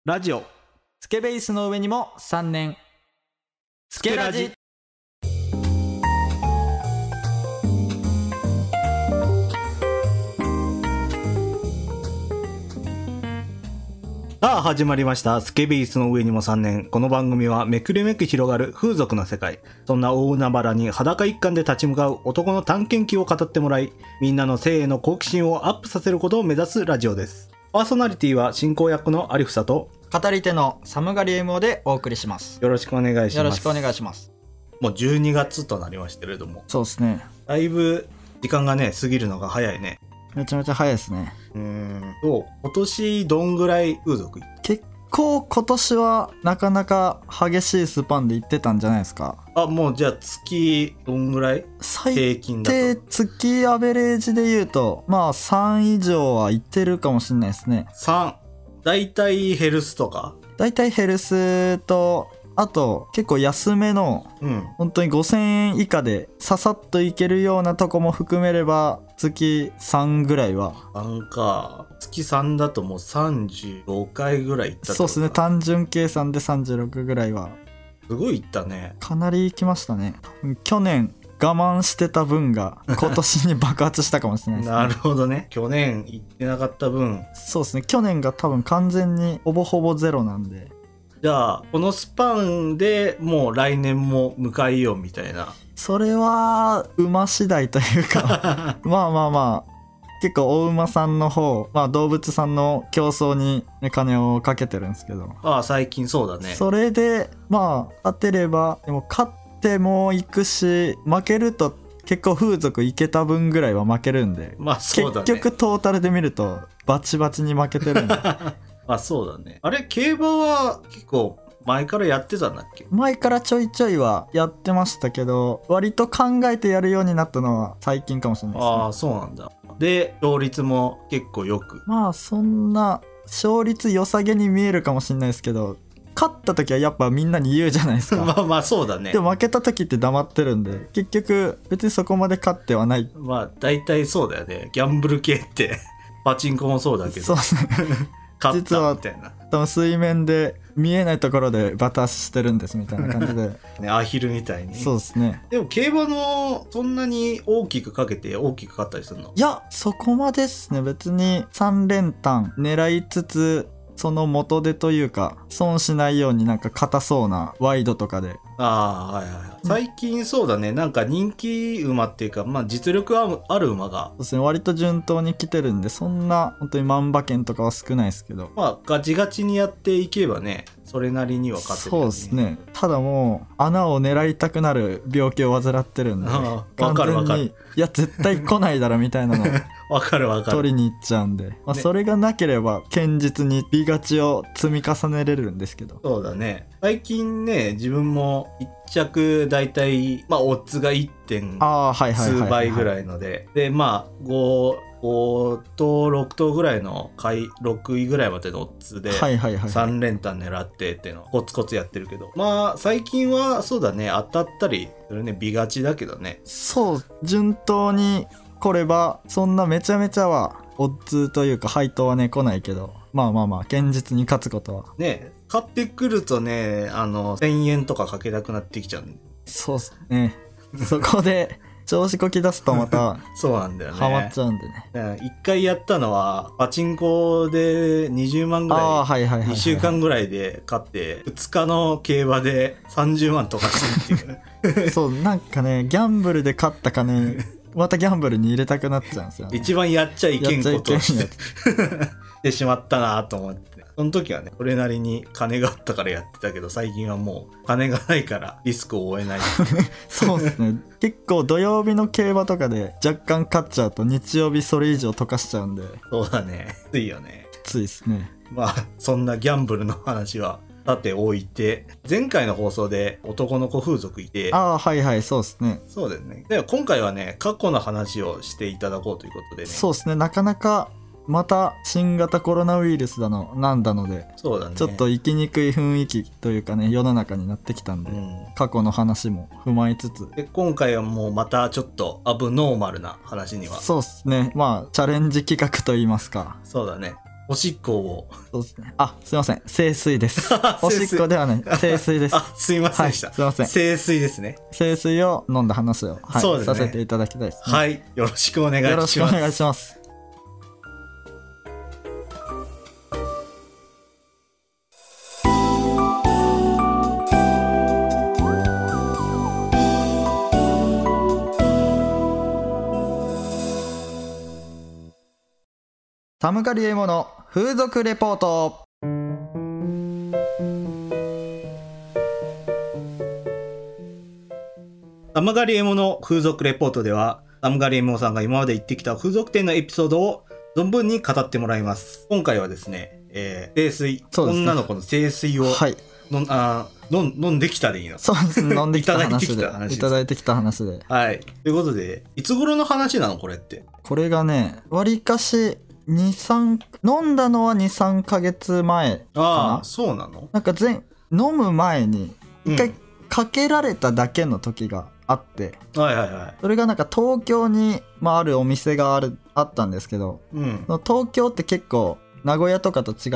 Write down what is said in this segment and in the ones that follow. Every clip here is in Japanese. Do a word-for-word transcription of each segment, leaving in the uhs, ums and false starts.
ラジオスケベースの上にもさんねん。スケラジ。 さあ始まりました。スケベースの上にもさんねん。この番組はめくるめく広がる風俗の世界。そんな大海原に裸一貫で立ち向かう男の探検記を語ってもらい、みんなの性への好奇心をアップさせることを目指すラジオです。パーソナリティは進行役の有房と語り手のサムガリエムオでお送りします。 よろしくお願いします。 よろしくお願いします。 もうじゅうにがつとなりましたけれども、 そうですね。 だいぶ時間がね過ぎるのが早いね。 めちゃめちゃ早いですね。 うーんと今年どんぐらい風俗行った？ 結構今年はなかなか激しいスパンで行ってたんじゃないですか。 あ、もうじゃあ月どんぐらい？ 最平均だと低月アベレージで言うとまあさん以上は行ってるかもしれないですね。 さん。だいたいヘルスとか？ だいたいヘルスとあと結構安めのうん本当にごせんえん以下でささっといけるようなとこも含めれば月さんぐらいは。 なんか月さんだともうさんじゅうごかいぐらい行ったってことか。 そうですね。単純計算でさんじゅうろくぐらいはすごい行ったね。 かなり行きましたね。去年我慢してた分が今年に爆発したかもしれないですね。 なるほどね。去年行ってなかった分。 そうですね。去年が多分完全にほぼほぼゼロなんで。 じゃあこのスパンでもう来年も迎えようみたいな。 それは馬次第というかまあまあまあ結構大馬さんの方、まあ、動物さんの競争に、ね、金をかけてるんですけど。 ああ最近そうだね。 それでまあ当てればでも勝っても行くし負けると結構風俗行けた分ぐらいは負けるんで、 まあそうだね。 結局トータルで見るとバチバチに負けてるんであ、そうだね。あれ競馬は結構前からやってたんだっけ？ 前からちょいちょいはやってましたけど割と考えてやるようになったのは最近かもしれないですね。 ああそうなんだ。で勝率も結構よく。 まあそんな勝率良さげに見えるかもしれないですけど勝った時はやっぱみんなに言うじゃないですかまあまあそうだね。 でも負けた時って黙ってるんで結局別にそこまで勝ってはない。 まあ大体そうだよね。ギャンブル系ってパチンコもそうだけどそうですね勝ったみたいな。 多分水面で見えないところでバタ足してるんですみたいな感じでね、アヒルみたいに。 そうですね。 でも競馬のそんなに大きくかけて大きく勝ったりするの？ いやそこまでですね。別にさん連単狙いつつその元手というか損しないようになんか硬そうなワイドとかで。 ああはいはい。最近そうだね。なんか人気馬っていうかまあ実力ある馬がそうですね割と順当に来てるんでそんな本当に万馬券とかは少ないですけどまあガチガチにやっていけばねそれなりには勝てるよね。 そうですね。ただもう穴を狙いたくなる病気を患ってるんでああわかるわかる。 いや絶対来ないだろみたいなのわかるわかる。 取りに行っちゃうんで、まあ、それがなければ堅実に美勝ちを積み重ねれるんですけど。 そうだね。最近ね自分もいっ着だいたいまあオッズが いってん 数倍ぐらいのででまあごとろくとうぐらいの買いろくいぐらいまでのオッズでさん連単狙ってっていうのをコツコツやってるけどまあ最近はそうだね当たったりするね。美勝ちだけどね。 そう順当に来ればそんなめちゃめちゃはオッズというか配当はね来ないけどまあまあまあ現実に勝つことはね。買ってくるとねあのせんえんとかかけなくなってきちゃう。 そうっすねそこで調子こき出すとまたそうなんだよね。 ハマっちゃうんでね。 一回やったのはパチンコでにじゅうまんぐらいにしゅうかんぐらいで買ってふつかの競馬でさんじゅうまんとかするっていうそうなんかねギャンブルで勝った金またギャンブルに入れたくなっちゃうんですよ、ね、 一番やっちゃいけんことをしてしてしまったなと思ってその時はねそれなりに金があったからやってたけど最近はもう金がないからリスクを負えないそうですね結構土曜日の競馬とかで若干勝っちゃうと日曜日それ以上溶かしちゃうんでそうだねきついよね。 きついですね。 まあそんなギャンブルの話はさておいて前回の放送で男の子風俗いてああはいはいそうですね。 そうですね。では今回はね過去の話をしていただこうということでね。 そうですねなかなかまた新型コロナウイルスだのなんだのでそうだねちょっと生きにくい雰囲気というかね世の中になってきたんで、うん、過去の話も踏まえつつで今回はもうまたちょっとアブノーマルな話にはそうですねまあチャレンジ企画といいますかそうだねおしっこを。 そうですね。あ、すいません。清水です。おしっこではない。清水です。 あ、すいませんでした。 はい、すいません。 清水ですね。 清水を飲んだ話を、はい、そうですね、させていただきたいです、ね。 はい。よろしくお願いします。 よろしくお願いします。寒がりエモの風俗レポート。 寒がりエモの風俗レポートでは、寒がりエモさんが今まで行ってきた風俗店のエピソードを存分に語ってもらいます。今回はですね、えー、清水、ね、女の子の清水を、はい、のあ飲飲んできたでいいの。 そうですね、飲んできた話で。 いただいてきた話です。 いただいてきた話で。 はい。ということで、いつ頃の話なのこれって。 これがね、わりかし、に、さん飲んだのはに、さんかげつまえかな。 ああ、そうなの。 なんか前飲む前に一回かけられただけの時があって、 うん、はいはいはい。 それがなんか東京に、まあ、あるお店があるあったんですけど、うん、東京って結構名古屋とかと違って、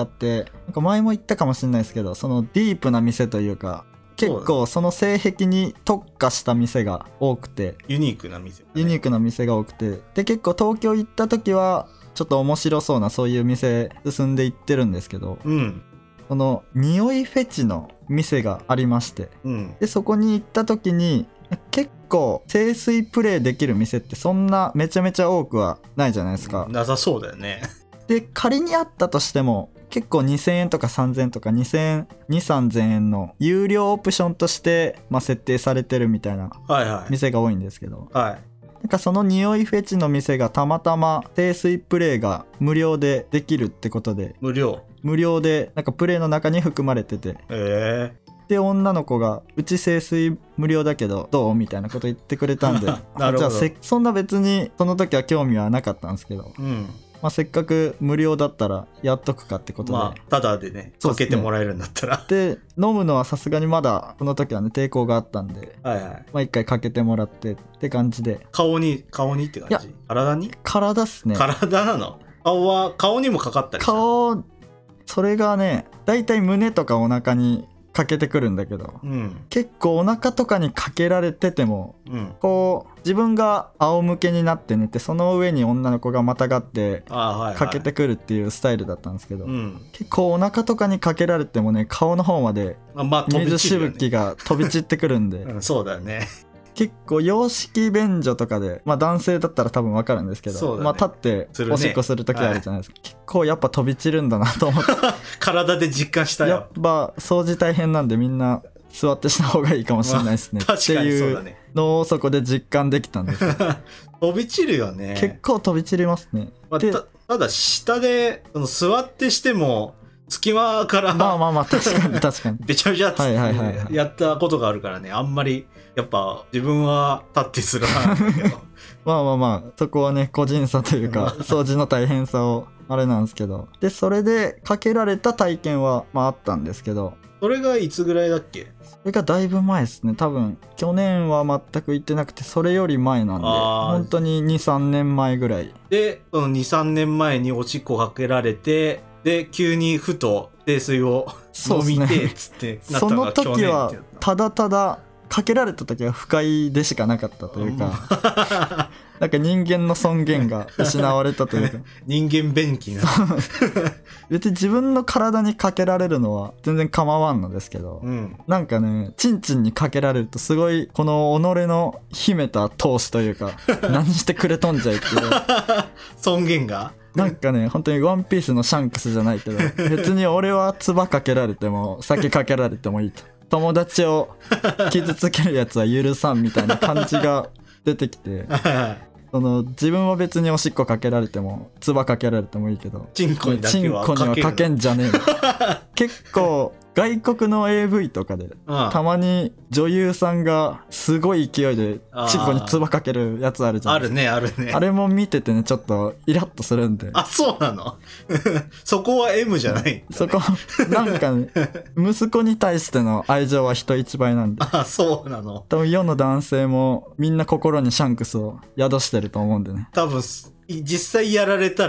なんか前も言ったかもしれないですけど、そのディープな店というか、結構その性癖に特化した店が多くて、 ユニークな店、ね、 ユニークな店が多くて、で結構東京行った時はちょっと面白そうなそういう店進んでいってるんですけど、うん、その匂いフェチの店がありまして、うん、でそこに行った時に結構清水プレイできる店ってそんなめちゃめちゃ多くはないじゃないですか。 なさそうだよね。 で仮にあったとしても結構にせんえんとかさんぜんえんとかにせんえん、にせんさんぜんえんの有料オプションとして、まあ、設定されてるみたいな店が多いんですけど、 はいはい、 なんかその匂いフェチの店がたまたま清水プレイが無料でできるってことで、 無料無料でなんかプレイの中に含まれてて、 えー、で女の子がうち清水無料だけどどうみたいなこと言ってくれたんでなるほど。 じゃあそんな別にその時は興味はなかったんですけど、うん、まあ、せっかく無料だったらやっとくかってことで、 まあ、ただでねかけてもらえるんだったらで飲むのはさすがにまだこの時はね抵抗があったんで、はいはい、まあ一回かけてもらってって感じで、 顔に顔にって感じ、体に体っすね。 体なの。顔は顔にもかかったりした。 顔それがねだいたい胸とかお腹にかけてくるんだけど、うん、結構お腹とかにかけられてても、うん、こう自分が仰向けになって寝てその上に女の子がまたがってかけてくるっていうスタイルだったんですけど、はいはい、結構お腹とかにかけられてもね顔の方まで水しぶきが飛び散ってくるんで、 うん、そうだよね。 結構洋式便所とかで、まあ男性だったら多分分かるんですけど、ね、まあ立っておしっこするときあるじゃないですか、ね、はい、結構やっぱ飛び散るんだなと思って体で実感したよ。 やっぱ掃除大変なんでみんな座ってした方がいいかもしれないですね、 まあ、確かにそうだねっていうのをそこで実感できたんです飛び散るよね。 結構飛び散りますね、 まあ、た, ただ下でその座ってしても隙間からまあまあまあ確かに確かにべちゃべちゃってやったことがあるからね、あんまりやっぱ自分は立ってするなんだけどまあまあまあそこはね個人差というか掃除の大変さをあれなんですけど、でそれでかけられた体験はまああったんですけど、 それがいつぐらいだっけ。 それがだいぶ前ですね。多分去年は全く行ってなくてそれより前なんで本当に にさんねんまえぐらいで、その にさんねんまえにおしっこかけられて、で急にふと冷水を飲みてっつってなったのが去年ってやった。 その時はただただかけられた時は不快でしかなかったというかなんか人間の尊厳が失われたというか人間便器な別に自分の体にかけられるのは全然構わんのですけど、うん、なんかねチンチンにかけられるとすごいこの己の秘めた闘志というか何してくれとんじゃいっていう尊厳がなんかね本当にワンピースのシャンクスじゃないけど別に俺は唾かけられても酒かけられてもいいと、友達を傷つけるやつは許さんみたいな感じが出てきてその自分は別におしっこかけられても唾かけられてもいいけどチンコにだけはかける、 チンコにはかけんじゃねえ結構外国の エーブイ とかでああたまに女優さんがすごい勢いでチンコに唾かけるやつあるじゃん。 あるねあるね。 あれも見ててねちょっとイラッとするんで。 あ、そうなのそこは エム じゃないんだ、ね、 そこなんかね息子に対しての愛情は人一倍なんで。 あ、そうなの。 多分世の男性もみんな心にシャンクスを宿してると思うんでね。 多分実際やられたら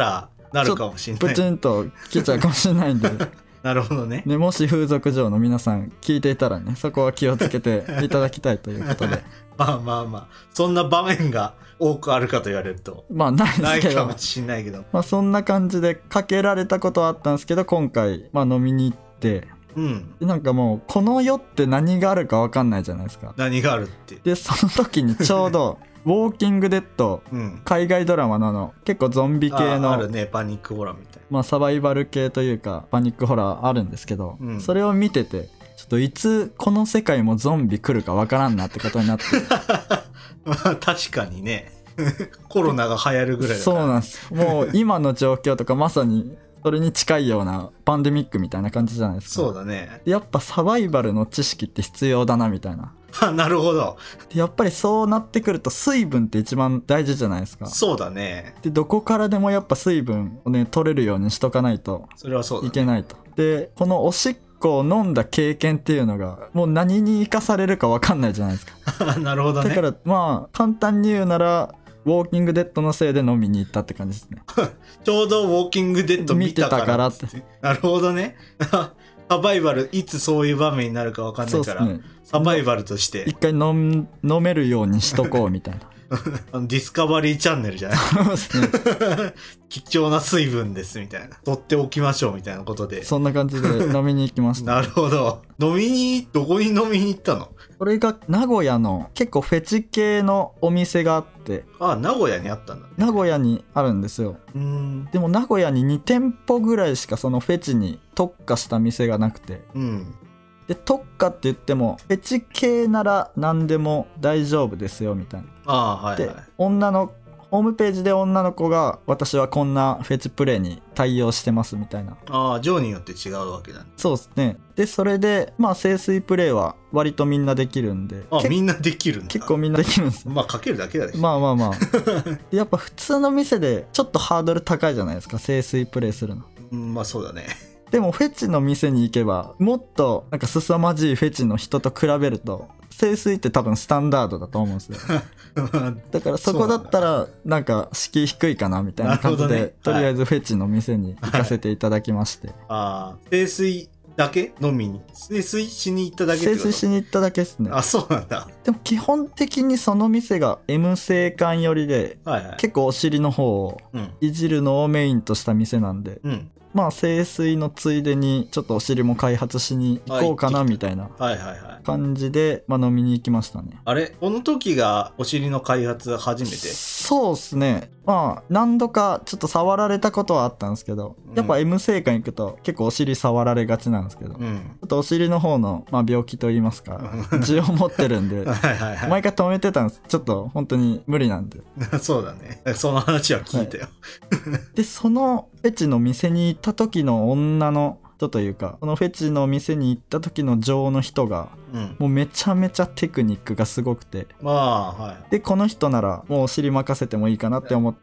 なるかもしれない。 プチンと来ちゃうかもしれないんでなるほど ね, ねもし風俗嬢の皆さん聞いていたらね、そこは気をつけていただきたいということでまあまあまあそんな場面が多くあるかと言われるとまあないですけど、 ないかもしれないけど、 まあそんな感じでかけられたことはあったんですけど、今回、まあ、飲みに行って、うん、なんかもうこの世って何があるか分かんないじゃないですか。 何があるって。 でその時にちょうどウォーキングデッド、うん、海外ドラマのの結構ゾンビ系のあ, あるね、パニックホラーみたいな、 まあ、サバイバル系というかパニックホラーあるんですけど、うん、それを見ててちょっといつこの世界もゾンビ来るか分からんなってことになってまあ確かにねコロナが流行るぐらいだから。 そうなんです。もう今の状況とかまさにそれに近いようなパンデミックみたいな感じじゃないですか。 そうだね。 やっぱサバイバルの知識って必要だなみたいななるほど。 でやっぱりそうなってくると水分って一番大事じゃないですか。 そうだね。 でどこからでもやっぱ水分をね取れるようにしとかないとそれはそうだね、 いけないと。でこのおしっこを飲んだ経験っていうのがもう何に生かされるか分かんないじゃないですかなるほどね。 だからまあ簡単に言うならウォーキングデッドのせいで飲みに行ったって感じですねちょうどウォーキングデッド見たから見てたからって。 なるほどねサバイバルいつそういう場面になるか分かんないから、ね、サバイバルとして一回 飲, 飲めるようにしとこうみたいなあのディスカバリーチャンネルじゃないそうですね貴重な水分ですみたいな、取っておきましょうみたいなことで、 そんな感じで飲みに行きましたなるほど。飲みにどこに飲みに行ったの？ これが名古屋の結構フェチ系のお店があって。 ああ名古屋にあったんだ、ね、 名古屋にあるんですよ。うーんでも名古屋にに店舗ぐらいしかそのフェチに特化した店がなくて、うんで特化って言ってもフェチ系なら何でも大丈夫ですよみたいな。 あ、はいはい、 で女のホームページで女の子が私はこんなフェチプレイに対応してますみたいな。 ああ嬢によって違うわけだね。 そうですね。でそれでまあ清水プレイは割とみんなできるんで。 あみんなできるんだ。 結構みんなできるんですよ。 まあかけるだけだし。 まあまあまあやっぱ普通の店でちょっとハードル高いじゃないですか、清水プレイするの。 うん、まあそうだね。 でもフェチの店に行けばもっとなんか凄まじいフェチの人と比べると清水って多分スタンダードだと思うんですよだからそこだったらなんか敷居低いかなみたいな感じで、ね、とりあえずフェチの店に行かせていただきまして、はい、 ああ清水だけ飲みに清水しに行っただけってこと？ 清水しに行っただけですね。 あそうなんだ。 でも基本的にその店が M 性感寄りで、はいはい、結構お尻の方をいじるのをメインとした店なんで、うん、まあ清水のついでにちょっとお尻も開発しに行こうかなみたいな感じで、まあ、飲みに行きましたね。 あれこの時がお尻の開発初めて？ そうっすね。まあ何度かちょっと触られたことはあったんですけど、うん、やっぱ M 性感行くと結構お尻触られがちなんですけど、うん、ちょっとお尻の方の、まあ、病気といいますか痔を持ってるんではいはい、はい、毎回止めてたんです。ちょっと本当に無理なんでそうだね、その話は聞いたよ、 はい、でそのフェチの店に行った時の女の人というか、このフェチの店に行った時の女王の人が、うん、もうめちゃめちゃテクニックがすごくて、まあはい、でこの人ならもうお尻任せてもいいかなって思って、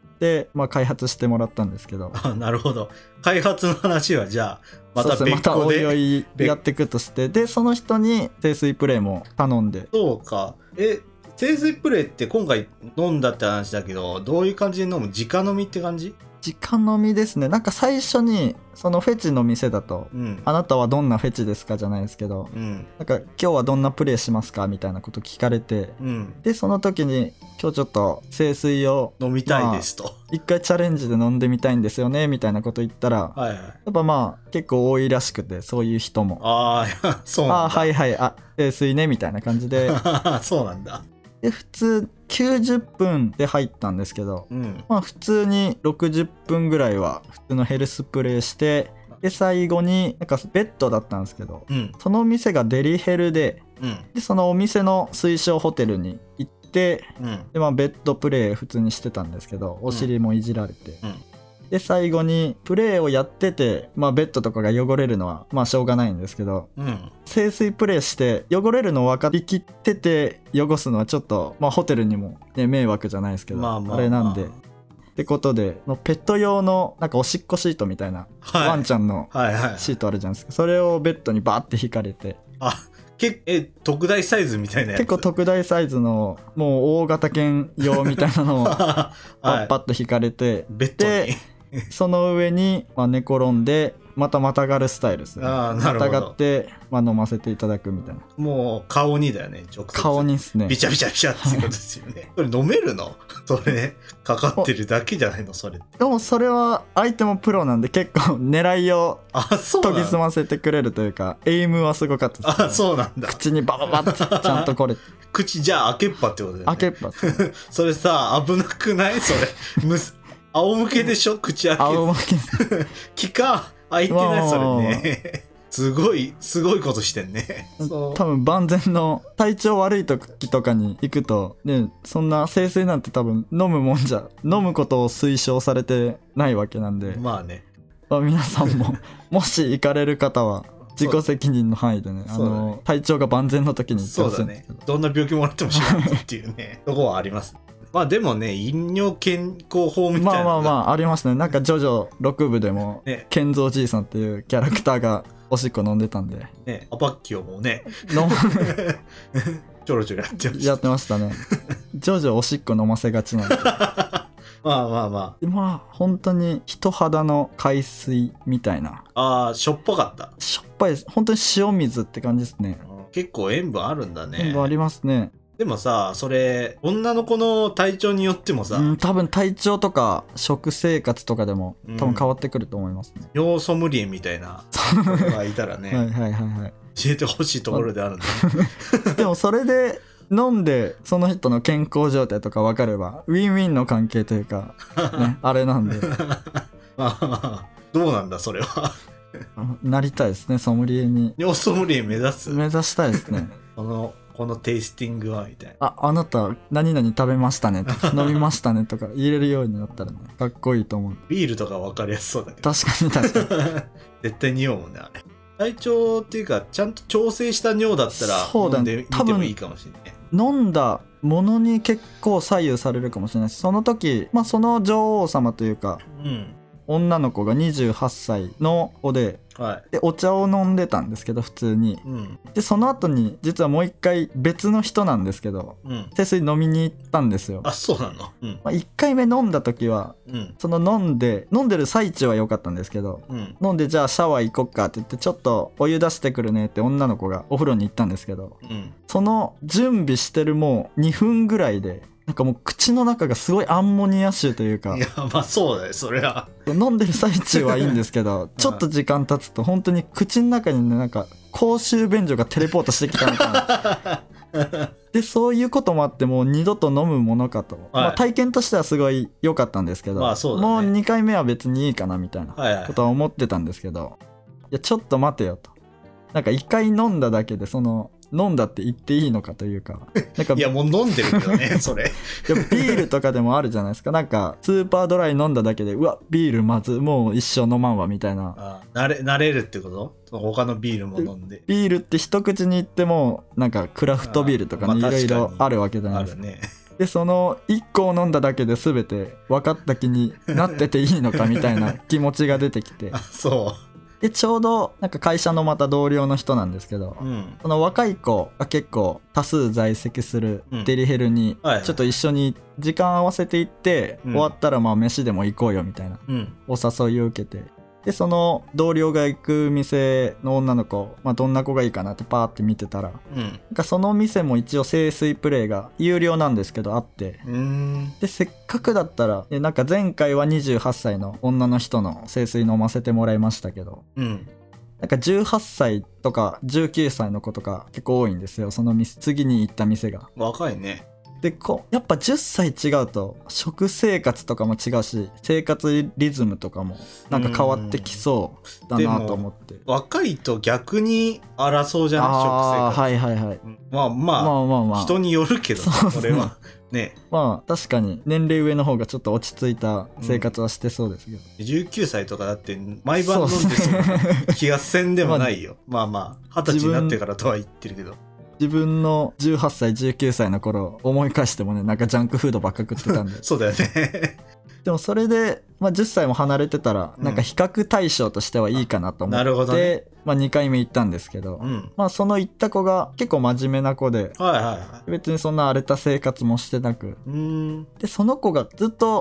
まあ、開発してもらったんですけど。 あなるほど。開発の話はじゃあまた別個で、 またおいおいやっていくとして、でその人に清水プレイも頼んで。 そうか。え清水プレイって今回飲んだって話だけど、どういう感じで飲む？直飲みって感じ？ 直飲みですね。なんか最初にそのフェチの店だと、うん、あなたはどんなフェチですかじゃないですけど、うん、なんか今日はどんなプレイしますかみたいなこと聞かれて、うん、でその時に今日ちょっと清水を飲みたいですと、まあ、 一回チャレンジで飲んでみたいんですよねみたいなこと言ったら、はいはい、やっぱまあ結構多いらしくて、そういう人もああそうなんだ、 あはいはいあ清水ねみたいな感じでそうなんだ。 で普通きゅうじゅっぷんで入ったんですけど、うん、まあ普通にろくじゅっぷんぐらいは普通のヘルスプレイして、で最後になんかベッドだったんですけど、うん、その店がデリヘルで、うん、でそのお店の推奨ホテルに行って、うん、でまあベッドプレイ普通にしてたんですけど、お尻もいじられて、うんうん、で最後にプレイをやってて、まあ、ベッドとかが汚れるのはまあしょうがないんですけど、うん、清水プレイして汚れるの分かりきってて汚すのはちょっと、まあ、ホテルにも、ね、迷惑じゃないですけど、まあまあまあ、あれなんでってことでペット用のなんかおしっこシートみたいな、はい、ワンちゃんのシートあるじゃないですか、それをベッドにバーって引かれて、 あけえ特大サイズみたいなやつ？ 結構特大サイズのもう大型犬用みたいなのをパッパッと引かれて、 ベッドにその上に、まあ、寝転んでまたまたがるスタイルですね。 ああ、なるほど。 またがって、まあ、飲ませていただくみたいな。 もう顔にだよね、直接。 顔にですね。 ビチャビチャビチャっていうことですよね。それ飲めるの？それかかってるだけじゃないのそれ。 でもそれは相手もプロなんで結構狙いを研ぎ澄ませてくれるというか、エイムはすごかったです、 ね。あ、そうなんだ。 口にバババってちゃんとこれ。 口じゃあ開けっぱってことだよね。 開けっぱ。 それさ、危なくないそれ。むす仰向けでしょ口開け。 仰向け。 気か開いてないそれね。すごいすごいことしてんね。 多分万全の体調悪い時とかに行くとね、そんな清水なんて多分飲むもんじゃ飲むことを推奨されてないわけなんで、 まあね、 まあ、皆さんももし行かれる方は自己責任の範囲でね、あの、ね、体調が万全の時に行ってほしいんですけど。 そうだね、どんな病気もらっても知らないっていうねとこはあります。まあでもね、飲料健康法みたいな、 まあまあまあありますね。なんかジョジョろく部でも、ね、健三じいさんっていうキャラクターがおしっこ飲んでたんでね、アパッキオもねちょろちょろやってました。 やってましたね。ジョジョおしっこ飲ませがちなんでまあまあまあまあ本当に人肌の海水みたいな。 ああ、しょっぱかった。 しょっぱいです。本当に塩水って感じですね。 結構塩分あるんだね。 塩分ありますね。 でもさ、それ女の子の体調によってもさ、 うん、多分体調とか食生活とかでも多分変わってくると思いますね。 うん、尿ソムリエみたいな子がいたらねはいはいはいはい、 教えてほしいところであるんだ、 ね、でもそれで飲んでその人の健康状態とか分かればウィンウィンの関係というか、ね、あれなんでまあどうなんだそれはなりたいですね、ソムリエに。 尿ソムリエ目指す。 目指したいですねこのこのテイスティングはみたいな。 あ、あなた何々食べましたねとか飲みましたねとか入れるようになったらね、かっこいいと思う。 ビールとか分かりやすそうだけど。 確かに確かに絶対匂うもんねあれ。体調っていうかちゃんと調整した尿だったらそうだ、ね、 飲んでみてもいいかもしれない。 飲んだものに結構左右されるかもしれないです。その時、まあ、その女王様というか、うん、女の子がにじゅうはっさいの子で、はい、でお茶を飲んでたんですけど普通に、うん、でその後に実はもう一回別の人なんですけど、うん、清水飲みに行ったんですよ。 あ、そうなの、うん、 まあ、いっかいめ飲んだ時は、うん、その飲んで飲んでる最中は良かったんですけど、うん、飲んでじゃあシャワー行こっかって言ってちょっとお湯出してくるねって女の子がお風呂に行ったんですけど、うん、その準備してるもうにふんぐらいでなんかもう口の中がすごいアンモニア臭というか。 いやまあそうだよそれは。 飲んでる最中はいいんですけどちょっと時間経つと本当に口の中にねなんか公衆便所がテレポートしてきたみたいなでそういうこともあってもう二度と飲むものかと、はい、まあ、体験としてはすごい良かったんですけど、まあそうだね、もうにかいめは別にいいかなみたいなことは思ってたんですけど、はいはい、いやちょっと待てよと。なんかいっかい飲んだだけでその飲んだって言っていいのかというか、なんかいやもう飲んでるけどねそれ。 いやビールとかでもあるじゃないですか。なんかスーパードライ飲んだだけでうわビールまずもう一生飲まんわみたいな。 ああ、慣れ慣れるってこと？他のビールも飲んで。 ビールって一口に言ってもなんかクラフトビールとかね、いろいろあるわけじゃないですか。あるね。でそのいっこを飲んだだけで全て分かった気になってていいのかみたいな気持ちが出てきて。 あ、そう。 でちょうどなんか会社のまた同僚の人なんですけど、うん、その若い子が結構多数在籍するデリヘルにちょっと一緒に時間合わせていって、うん、終わったらまあ飯でも行こうよみたいなお誘いを受けて、でその同僚が行く店の女の子、まあ、どんな子がいいかなってパーって見てたら、うん、なんかその店も一応清水プレイが有料なんですけどあって、うーんでせっかくだったらなんか前回はにじゅうはっさいの女の人の清水飲ませてもらいましたけど、うん、なんかじゅうはっさいとかじゅうきゅうさいの子とか結構多いんですよ、その店次に行った店が。 若いね。 でこやっぱじゅっさい違うと食生活とかも違うし生活リズムとかもなんか変わってきそうだなと思って。 若いと逆に争うじゃない食生活。 はいはいはい。 まあまあ、まあまあまあ、人によるけどそ, それはね。まあ確かに年齢上の方がちょっと落ち着いた生活はしてそうですけど、 うん、じゅうきゅうさいとかだって毎晩飲んでそう気がせんでもないよ。まあまあはたちになってからとは言ってるけど、 自分のじゅうはっさいじゅうきゅうさいの頃思い返してもね、なんかジャンクフードばっか食ってたんでそうだよねでもそれで、まあ、じゅっさいも離れてたら、うん、なんか比較対象としてはいいかなと思って、なるほどね、まあ、にかいめ行ったんですけど、うん、まあ、その行った子が結構真面目な子で、はいはいはい、別にそんな荒れた生活もしてなく、うんでその子がずっと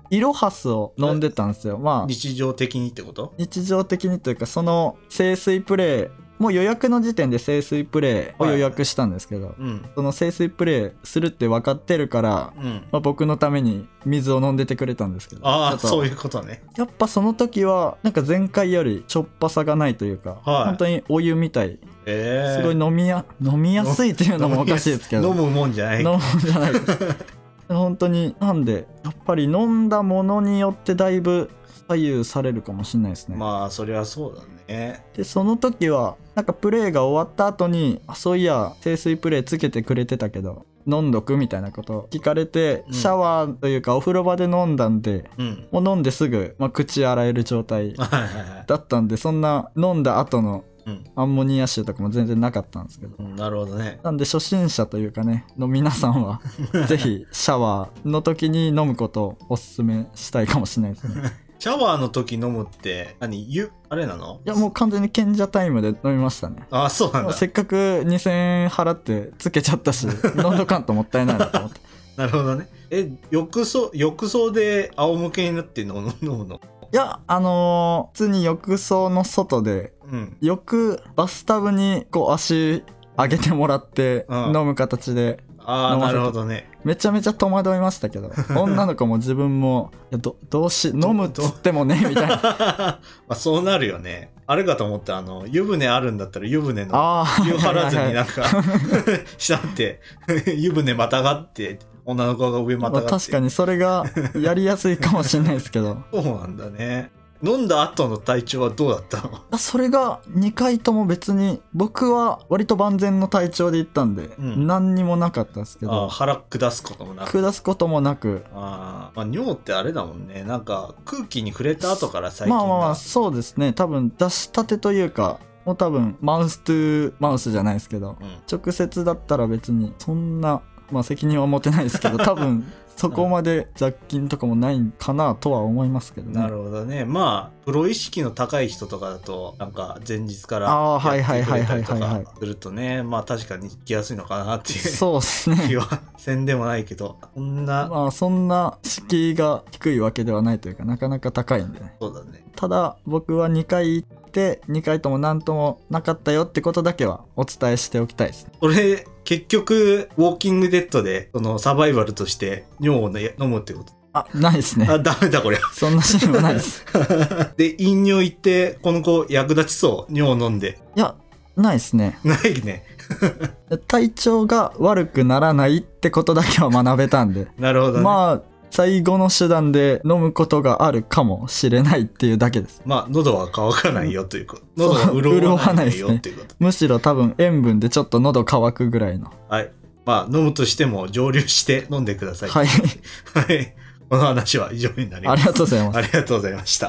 イロハスを飲んでたんですよ。まあ日常的にってこと？ 日常的にというか、その清水プレイもう予約の時点で清水プレイを予約したんですけど、はいうん、その清水プレイするって分かってるから、うんまあ、僕のために水を飲んでてくれたんですけど、 ああそういうことね。 やっぱその時はなんか前回よりしょっぱさがないというか、はい、本当にお湯みたい、えー、すごい飲みや飲みやすいっていうのもおかしいですけど飲むもんじゃない飲むもんじゃない本当になんでやっぱり飲んだものによってだいぶ左右されるかもしれないですね。 まあそれはそうだね。 でその時はなんかプレイが終わった後にあそういや清水プレイつけてくれてたけど飲んどくみたいなこと聞かれて、うん、シャワーというかお風呂場で飲んだんで、うん、もう飲んですぐ、まあ、口洗える状態だったんでそんな飲んだ後のアンモニア臭とかも全然なかったんですけど、 うん、なるほどね。 なんで初心者というかねの皆さんはぜひシャワーの時に飲むことをおすすめしたいかもしれないですねシャワーの時飲むって何ゆあれなの？ いやもう完全に賢者タイムで飲みましたね。 ああそうなんだ。 せっかくにせんえん払ってつけちゃったし飲んどかんともったいないなと思ってなるほどね。え浴槽浴槽で仰向けになって飲むの？ いやあのー、普通に浴槽の外で、うん、よくバスタブにこう足上げてもらって飲む形で、うん、 ああなるほどね。 めちゃめちゃ戸惑いましたけど女の子も自分もいや ど, どうし飲むっつってもねみたいなまあそうなるよね。あれかと思ってあの湯船あるんだったら湯船の湯張らずになんか下って湯船またがって女の子が上またがって、まあ、 確かにそれがやりやすいかもしれないですけどそうなんだね。飲んだ後の体調はどうだったの？ それがにかいとも別に僕は割と万全の体調で行ったんで、うん、何にもなかったですけど、 あ腹下すこともなく下すこともなくあ、まあ、尿ってあれだもんね。なんか空気に触れた後から最近まあまあそうですね。多分出したてというかもう多分マウストゥーマウスじゃないですけど、うん、直接だったら別にそんなまあ責任は持てないですけど多分そこまで雑菌とかもないかなとは思いますけどね。 なるほどね。まあプロ意識の高い人とかだとなんか前日からやってくれたりとかするとね、まあ確かに来やすいのかなっていうそうですね気はせんでもないけど、そんなまあそんな敷居が低いわけではないというかなかなか高いんでね。 そうだね。ただ僕はにかい行ってにかいとも何ともなかったよってことだけはお伝えしておきたいですね。 それ結局ウォーキングデッドでそのサバイバルとして尿を、ね、飲むってこと？ あ、ないですね。 あ、ダメだこれ。 そんなシーンはないですで飲尿行ってこの子役立ちそう尿を飲んで？ いやないですね。 ないね体調が悪くならないってことだけは学べたんでなるほどね。まあ最後の手段で飲むことがあるかもしれないっていうだけです。 まあ喉は乾かないよということ。喉は潤わないよっていうこと、ね、 むしろ多分塩分でちょっと喉乾くぐらいの。 はい。まあ飲むとしても蒸留して飲んでください。 はい。 はい。この話は以上になります。 ありがとうございます。 ありがとうございました。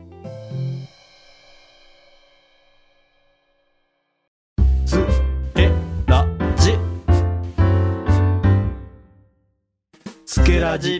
つえらじつけらじ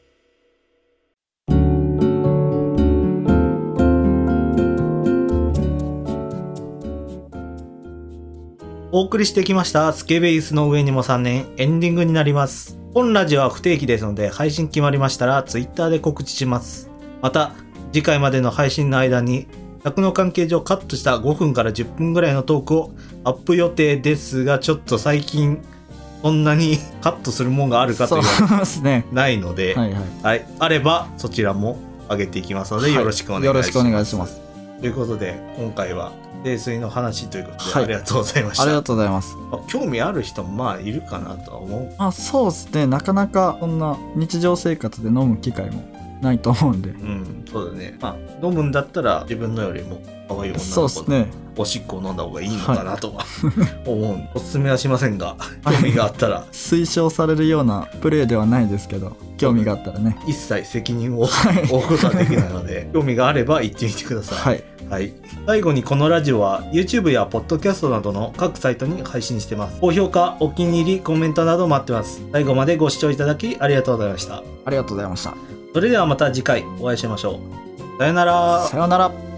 お送りしてきましたスケベイスの上にもさんねんエンディングになります。本ラジオは不定期ですので配信決まりましたらツイッターで告知します。また次回までの配信の間に尺の関係上カットしたごふんからじゅっぷんぐらいのトークをアップ予定ですが、ちょっと最近そんなにカットするもんがあるかというのはないので、はいはい、はい、あればそちらも上げていきますのでよろしくお願いします。はい、よろしくお願いします。ということで今回は泥酔の話ということで、はい、ありがとうございました。 ありがとうございます。 興味ある人もまあいるかなとは思う。 あ、そうですね。なかなかそんな日常生活で飲む機会もないと思うんで。 うん、そうだね。まあ飲むんだったら自分のよりも可愛い女の子のおしっこを飲んだ方がいいのかなとは、はい、思う。おすすめはしませんが、興味があったら推奨されるようなプレーではないですけど、興味があったらね。 一切責任を負うことはできないので、興味があれば行ってみてください。はい。はい、最後にこのラジオは YouTube や Podcast などの各サイトに配信してます。高評価、お気に入り、コメントなど待ってます。最後までご視聴いただきありがとうございました。 ありがとうございました。 それではまた次回お会いしましょう。さよなら。 さよなら。